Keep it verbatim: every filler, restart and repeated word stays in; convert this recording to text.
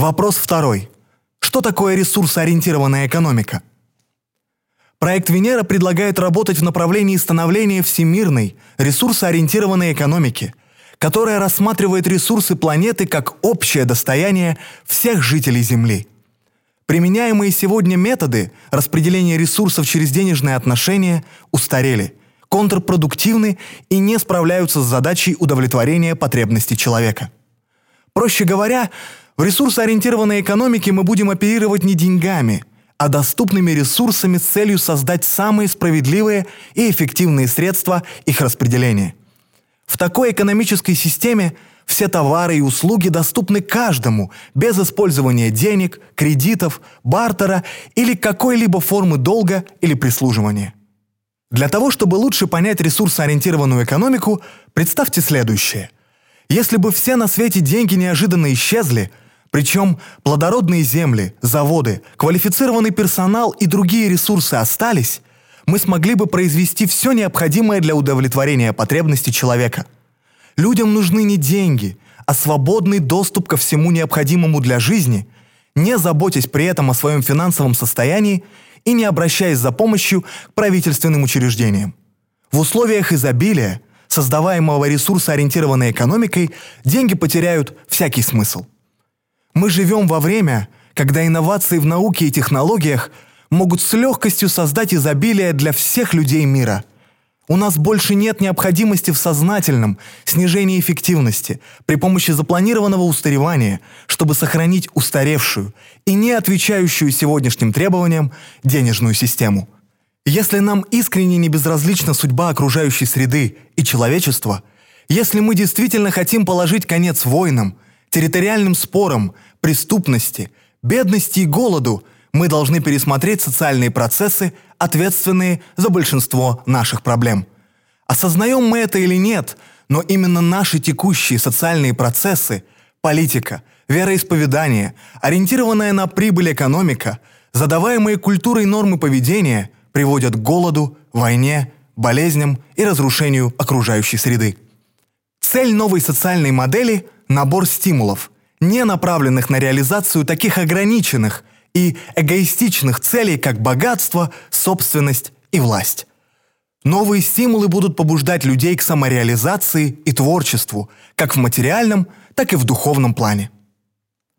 Вопрос второй. Что такое ресурсоориентированная экономика? Проект Венера предлагает работать в направлении становления всемирной ресурсоориентированной экономики, которая рассматривает ресурсы планеты как общее достояние всех жителей Земли. Применяемые сегодня методы распределения ресурсов через денежные отношения устарели, контрпродуктивны и не справляются с задачей удовлетворения потребностей человека. Проще говоря, в ресурсоориентированной экономике мы будем оперировать не деньгами, а доступными ресурсами с целью создать самые справедливые и эффективные средства их распределения. В такой экономической системе все товары и услуги доступны каждому без использования денег, кредитов, бартера или какой-либо формы долга или прислуживания. Для того, чтобы лучше понять ресурсоориентированную экономику, представьте следующее. Если бы все на свете деньги неожиданно исчезли, причем плодородные земли, заводы, квалифицированный персонал и другие ресурсы остались, мы смогли бы произвести все необходимое для удовлетворения потребностей человека. Людям нужны не деньги, а свободный доступ ко всему необходимому для жизни, не заботясь при этом о своем финансовом состоянии и не обращаясь за помощью к правительственным учреждениям. В условиях изобилия, создаваемого ресурсоориентированной экономикой, деньги потеряют всякий смысл. Мы живем во время, когда инновации в науке и технологиях могут с легкостью создать изобилие для всех людей мира. У нас больше нет необходимости в сознательном снижении эффективности при помощи запланированного устаревания, чтобы сохранить устаревшую и не отвечающую сегодняшним требованиям денежную систему. Если нам искренне не безразлична судьба окружающей среды и человечества, если мы действительно хотим положить конец войнам, территориальным спорам, преступности, бедности и голоду, мы должны пересмотреть социальные процессы, ответственные за большинство наших проблем. Осознаем мы это или нет, но именно наши текущие социальные процессы, политика, вероисповедание, ориентированная на прибыль экономика, задаваемые культурой нормы поведения приводят к голоду, войне, болезням и разрушению окружающей среды. Цель новой социальной модели – набор стимулов, не направленных на реализацию таких ограниченных и эгоистичных целей, как богатство, собственность и власть. Новые стимулы будут побуждать людей к самореализации и творчеству, как в материальном, так и в духовном плане.